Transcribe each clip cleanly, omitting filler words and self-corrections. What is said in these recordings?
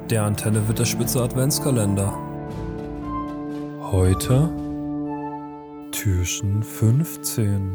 Der Antenne wird der Spitze Adventskalender. Heute Türchen 15.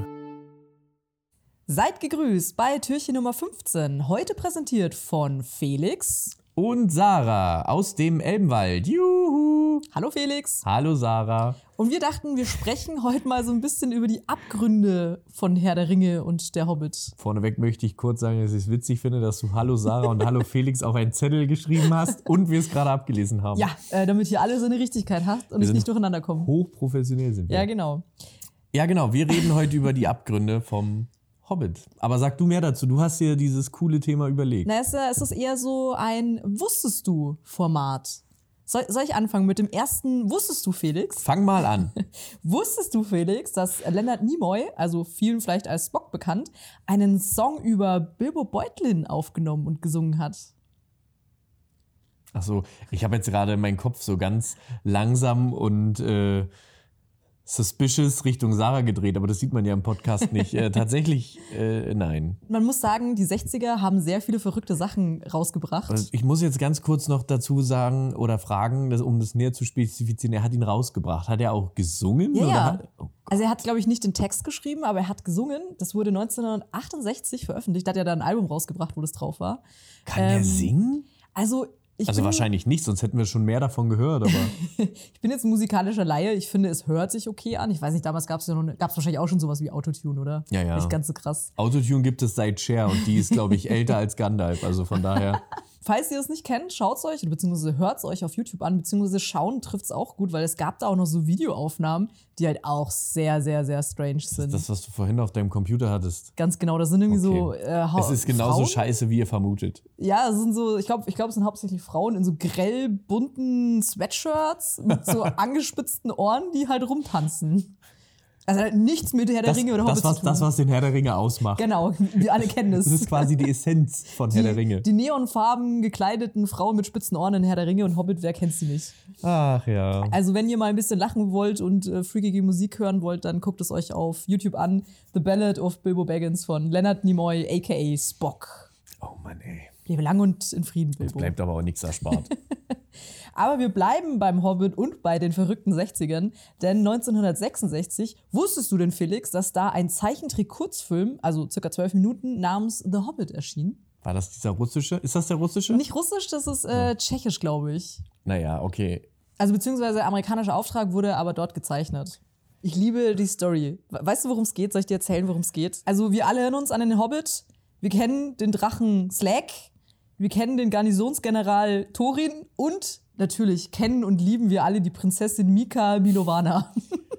Seid gegrüßt bei Türchen Nummer 15. Heute präsentiert von Felix und Sarah aus dem Elbenwald. Juhu! Hallo Felix. Hallo Sarah. Und wir dachten, wir sprechen heute mal so ein bisschen über die Abgründe von Herr der Ringe und der Hobbit. Vorneweg möchte ich kurz sagen, dass ich es witzig finde, dass du Hallo Sarah und Hallo Felix auf einen Zettel geschrieben hast und wir es gerade abgelesen haben. Ja, damit hier alle so eine Richtigkeit hat und es nicht durcheinander kommt. Hochprofessionell sind wir. Ja, genau. Ja, genau. Wir reden heute über die Abgründe vom Hobbit. Aber sag du mehr dazu. Du hast dir dieses coole Thema überlegt. Na, es ist eher so ein Wusstest-du-Format. Soll ich anfangen mit dem ersten Wusstest du, Felix? Fang mal an. Wusstest du, Felix, dass Leonard Nimoy, also vielen vielleicht als Spock bekannt, einen Song über Bilbo Beutlin aufgenommen und gesungen hat? Achso, ich habe jetzt gerade meinen Kopf so ganz langsam und suspicious Richtung Sarah gedreht, aber das sieht man ja im Podcast nicht. Tatsächlich, nein. Man muss sagen, die 60er haben sehr viele verrückte Sachen rausgebracht. Also ich muss jetzt ganz kurz noch dazu sagen oder fragen, um das näher zu spezifizieren, er hat ihn rausgebracht. Hat er auch gesungen? Ja, oder ja. Also er hat, glaube ich, nicht den Text geschrieben, aber er hat gesungen. Das wurde 1968 veröffentlicht. Da hat er da ein Album rausgebracht, wo das drauf war. Kann er singen? Also wahrscheinlich nicht, sonst hätten wir schon mehr davon gehört. Aber ich bin jetzt ein musikalischer Laie. Ich finde, es hört sich okay an. Ich weiß nicht, damals gab's wahrscheinlich auch schon sowas wie Autotune, oder? Ja. Nicht ganz so krass. Autotune gibt es seit Cher und die ist, glaube ich, älter als Gandalf. Also von daher. Falls ihr es nicht kennt, schaut es euch, beziehungsweise hört es euch auf YouTube an, beziehungsweise schauen trifft es auch gut, weil es gab da auch noch so Videoaufnahmen, die halt auch sehr, sehr, sehr strange sind. Das, was du vorhin auf deinem Computer hattest. Ganz genau, das sind irgendwie so es ist genauso scheiße, wie ihr vermutet. Ja, es sind so, ich glaube, es sind hauptsächlich Frauen in so grell bunten Sweatshirts mit so angespitzten Ohren, die halt rumtanzen. Also halt nichts mit Herr der Ringe oder Hobbit zu tun. Das, was den Herr der Ringe ausmacht. Genau, wir alle kennen das. Das ist quasi die Essenz von Herr der Ringe. Die neonfarben gekleideten Frauen mit spitzen Ohren in Herr der Ringe und Hobbit, wer kennt sie nicht? Ach ja. Also wenn ihr mal ein bisschen lachen wollt und freakige Musik hören wollt, dann guckt es euch auf YouTube an. The Ballad of Bilbo Baggins von Leonard Nimoy, a.k.a. Spock. Oh Mann, ey. Lebe lang und in Frieden, Bilbo. Uns bleibt aber auch nichts erspart. Aber wir bleiben beim Hobbit und bei den verrückten 60ern, denn 1966, wusstest du denn, Felix, dass da ein Zeichentrick-Kurzfilm, also circa 12 Minuten, namens The Hobbit erschien? War das dieser russische? Ist das der russische? Nicht russisch, das ist tschechisch, glaube ich. Naja, okay. Also beziehungsweise amerikanischer Auftrag wurde aber dort gezeichnet. Ich liebe die Story. Weißt du, worum es geht? Soll ich dir erzählen, worum es geht? Also wir alle erinnern uns an den Hobbit. Wir kennen den Drachen Slag. Wir kennen den Garnisonsgeneral Thorin und natürlich kennen und lieben wir alle die Prinzessin Mika Milovana.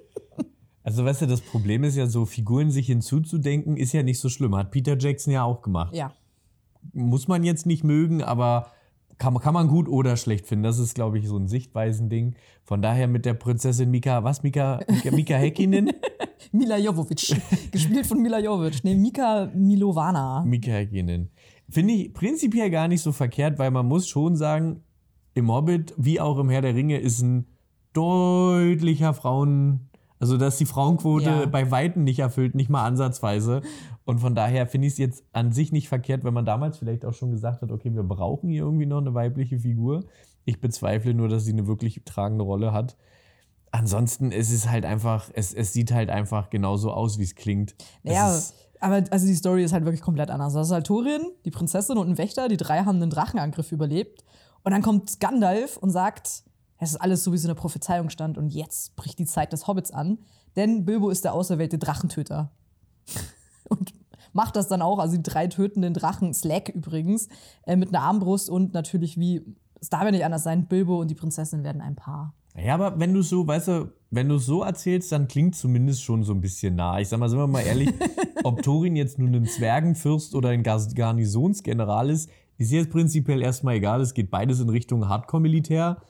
Also weißt du, das Problem ist ja so, Figuren sich hinzuzudenken, ist ja nicht so schlimm. Hat Peter Jackson ja auch gemacht. Ja. Muss man jetzt nicht mögen, aber kann man gut oder schlecht finden. Das ist, glaube ich, so ein Sichtweisending. Von daher mit der Prinzessin Mika Häkkinen? Mila Jovovich. Gespielt von Mila Jovovich. Nee, Mika Milovana. Mika Häkkinen. Finde ich prinzipiell gar nicht so verkehrt, weil man muss schon sagen, im Hobbit wie auch im Herr der Ringe ist ein deutlicher also dass die Frauenquote bei Weitem nicht erfüllt, nicht mal ansatzweise. Und von daher finde ich es jetzt an sich nicht verkehrt, wenn man damals vielleicht auch schon gesagt hat, okay, wir brauchen hier irgendwie noch eine weibliche Figur. Ich bezweifle nur, dass sie eine wirklich tragende Rolle hat. Ansonsten ist es halt einfach, es sieht halt einfach genauso aus, wie es klingt. Ja, aber also die Story ist halt wirklich komplett anders. Das ist halt Thorin, die Prinzessin und ein Wächter, die drei haben einen Drachenangriff überlebt. Und dann kommt Gandalf und sagt, es ist alles so, wie es in der Prophezeiung stand und jetzt bricht die Zeit des Hobbits an, denn Bilbo ist der auserwählte Drachentöter. Und macht das dann auch, also die drei tötenden Drachen, Slag übrigens, mit einer Armbrust und natürlich, wie es darf ja nicht anders sein, Bilbo und die Prinzessin werden ein Paar. Ja, aber wenn du so, weißt du, wenn du es so erzählst, dann klingt zumindest schon so ein bisschen nah. Ich sag mal, sind wir mal ehrlich, ob Thorin jetzt nun ein Zwergenfürst oder ein Garnisonsgeneral ist jetzt prinzipiell erstmal egal. Es geht beides in Richtung Hardcore-Militär.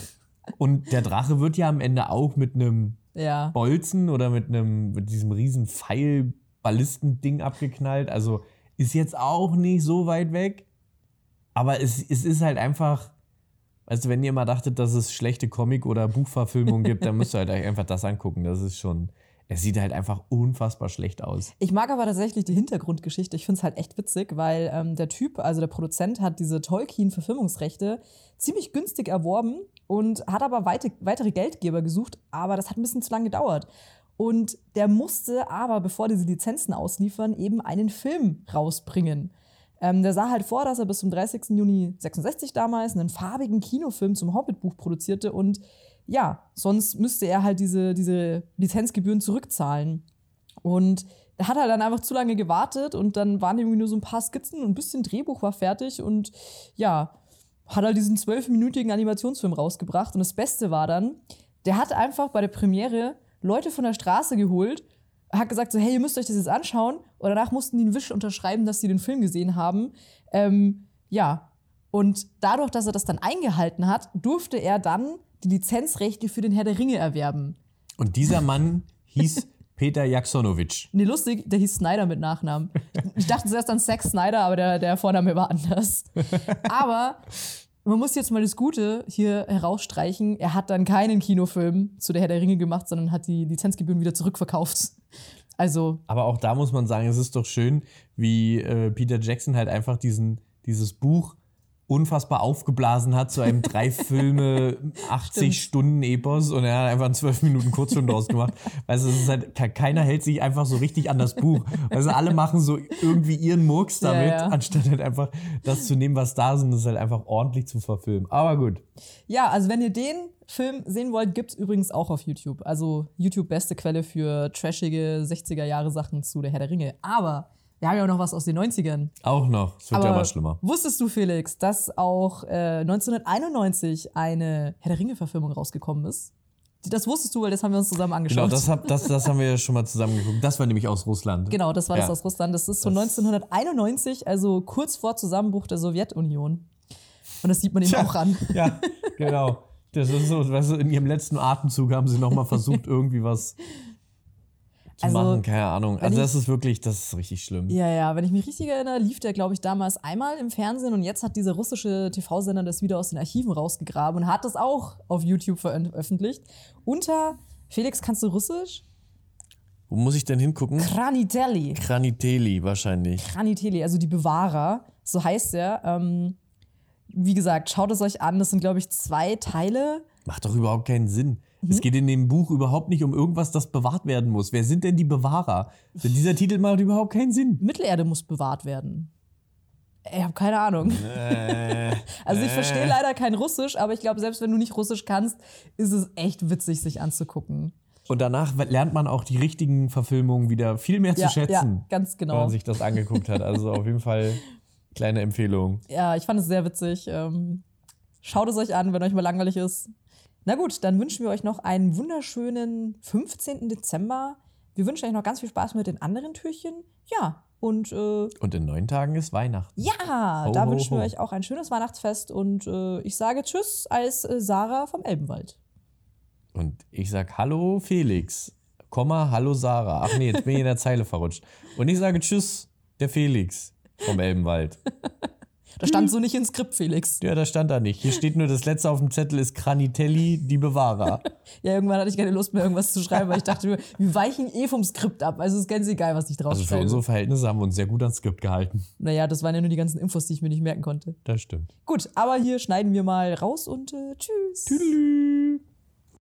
Und der Drache wird ja am Ende auch mit einem Bolzen oder mit diesem riesen Pfeil-Ballistending abgeknallt. Also ist jetzt auch nicht so weit weg. Aber es ist halt einfach, weißt du, wenn ihr mal dachtet, dass es schlechte Comic- oder Buchverfilmungen gibt, dann müsst ihr halt einfach das angucken. Das ist schon Es sieht halt einfach unfassbar schlecht aus. Ich mag aber tatsächlich die Hintergrundgeschichte. Ich finde es halt echt witzig, weil der Typ, also der Produzent, hat diese Tolkien-Verfilmungsrechte ziemlich günstig erworben und hat aber weitere Geldgeber gesucht, aber das hat ein bisschen zu lange gedauert. Und der musste aber, bevor diese Lizenzen ausliefern, eben einen Film rausbringen. Der sah halt vor, dass er bis zum 30. Juni 66 damals einen farbigen Kinofilm zum Hobbit-Buch produzierte und ja, sonst müsste er halt diese Lizenzgebühren zurückzahlen. Und er hat halt dann einfach zu lange gewartet und dann waren irgendwie nur so ein paar Skizzen und ein bisschen Drehbuch war fertig und ja, hat halt diesen 12-minütigen Animationsfilm rausgebracht. Und das Beste war dann, der hat einfach bei der Premiere Leute von der Straße geholt, hat gesagt so, hey, ihr müsst euch das jetzt anschauen. Und danach mussten die einen Wisch unterschreiben, dass sie den Film gesehen haben. Ja, und dadurch, dass er das dann eingehalten hat, durfte er dann die Lizenzrechte für den Herr der Ringe erwerben. Und dieser Mann hieß Peter Jacksonovic. Nee, lustig, der hieß Snyder mit Nachnamen. Ich dachte zuerst an Zack Snyder, aber der Vorname war anders. Aber man muss jetzt mal das Gute hier herausstreichen. Er hat dann keinen Kinofilm zu der Herr der Ringe gemacht, sondern hat die Lizenzgebühren wieder zurückverkauft. Also. Aber auch da muss man sagen, es ist doch schön, wie Peter Jackson halt einfach dieses Buch unfassbar aufgeblasen hat zu einem 3 Filme, 80-Stunden-Epos und er hat einfach einen 12-Minuten-Kurzfilm draus gemacht. Weißt du, es ist halt, keiner hält sich einfach so richtig an das Buch. Also alle machen so irgendwie ihren Murks damit, anstatt halt einfach das zu nehmen, was da ist und das halt einfach ordentlich zu verfilmen. Aber gut. Ja, also wenn ihr den Film sehen wollt, gibt's übrigens auch auf YouTube. Also YouTube beste Quelle für trashige 60er-Jahre-Sachen zu der Herr der Ringe. Aber wir haben ja auch noch was aus den 90ern. Auch noch. Es wird ja aber schlimmer. Wusstest du, Felix, dass auch 1991 eine Herr der Ringe-Verfilmung rausgekommen ist? Das wusstest du, weil das haben wir uns zusammen angeschaut. Genau, das haben wir ja schon mal zusammen geguckt. Das war nämlich aus Russland. Genau, das war das aus Russland. Das ist von 1991, also kurz vor Zusammenbruch der Sowjetunion. Und das sieht man ihm auch an. Ja, genau. Das ist so, weißt du, in ihrem letzten Atemzug haben sie nochmal versucht, irgendwie was zu machen, keine Ahnung. Also das ist richtig schlimm. Ja, wenn ich mich richtig erinnere, lief der, glaube ich, damals einmal im Fernsehen und jetzt hat dieser russische TV-Sender das wieder aus den Archiven rausgegraben und hat das auch auf YouTube veröffentlicht. Felix, kannst du Russisch? Wo muss ich denn hingucken? Kraniteli wahrscheinlich. Kraniteli, also die Bewahrer, so heißt er. Wie gesagt, schaut es euch an, das sind, glaube ich, 2 Teile. Macht doch überhaupt keinen Sinn. Es geht in dem Buch überhaupt nicht um irgendwas, das bewahrt werden muss. Wer sind denn die Bewahrer? Dieser Titel macht überhaupt keinen Sinn. Mittelerde muss bewahrt werden. Ich habe keine Ahnung. Also ich verstehe leider kein Russisch, aber ich glaube, selbst wenn du nicht Russisch kannst, ist es echt witzig, sich anzugucken. Und danach lernt man auch die richtigen Verfilmungen wieder viel mehr zu schätzen. Ja, ganz genau. Wenn man sich das angeguckt hat. Also auf jeden Fall kleine Empfehlung. Ja, ich fand es sehr witzig. Schaut es euch an, wenn euch mal langweilig ist. Na gut, dann wünschen wir euch noch einen wunderschönen 15. Dezember. Wir wünschen euch noch ganz viel Spaß mit den anderen Türchen. Ja, und in 9 Tagen ist Weihnachten. Ja, da wünschen wir euch auch ein schönes Weihnachtsfest. Und ich sage Tschüss als Sarah vom Elbenwald. Und ich sage Hallo Felix, Hallo Sarah. Ach nee, jetzt bin ich in der Zeile verrutscht. Und ich sage Tschüss, der Felix vom Elbenwald. Das stand so nicht im Skript, Felix. Ja, das stand da nicht. Hier steht nur, das letzte auf dem Zettel ist Kraniteli, die Bewahrer. Ja, irgendwann hatte ich keine Lust mehr, irgendwas zu schreiben, weil ich dachte, wir weichen vom Skript ab. Also es ist ganz egal, was ich drauf schreibe. Also für unsere Verhältnisse haben wir uns sehr gut ans Skript gehalten. Naja, das waren ja nur die ganzen Infos, die ich mir nicht merken konnte. Das stimmt. Gut, aber hier schneiden wir mal raus und tschüss. Tüdelü.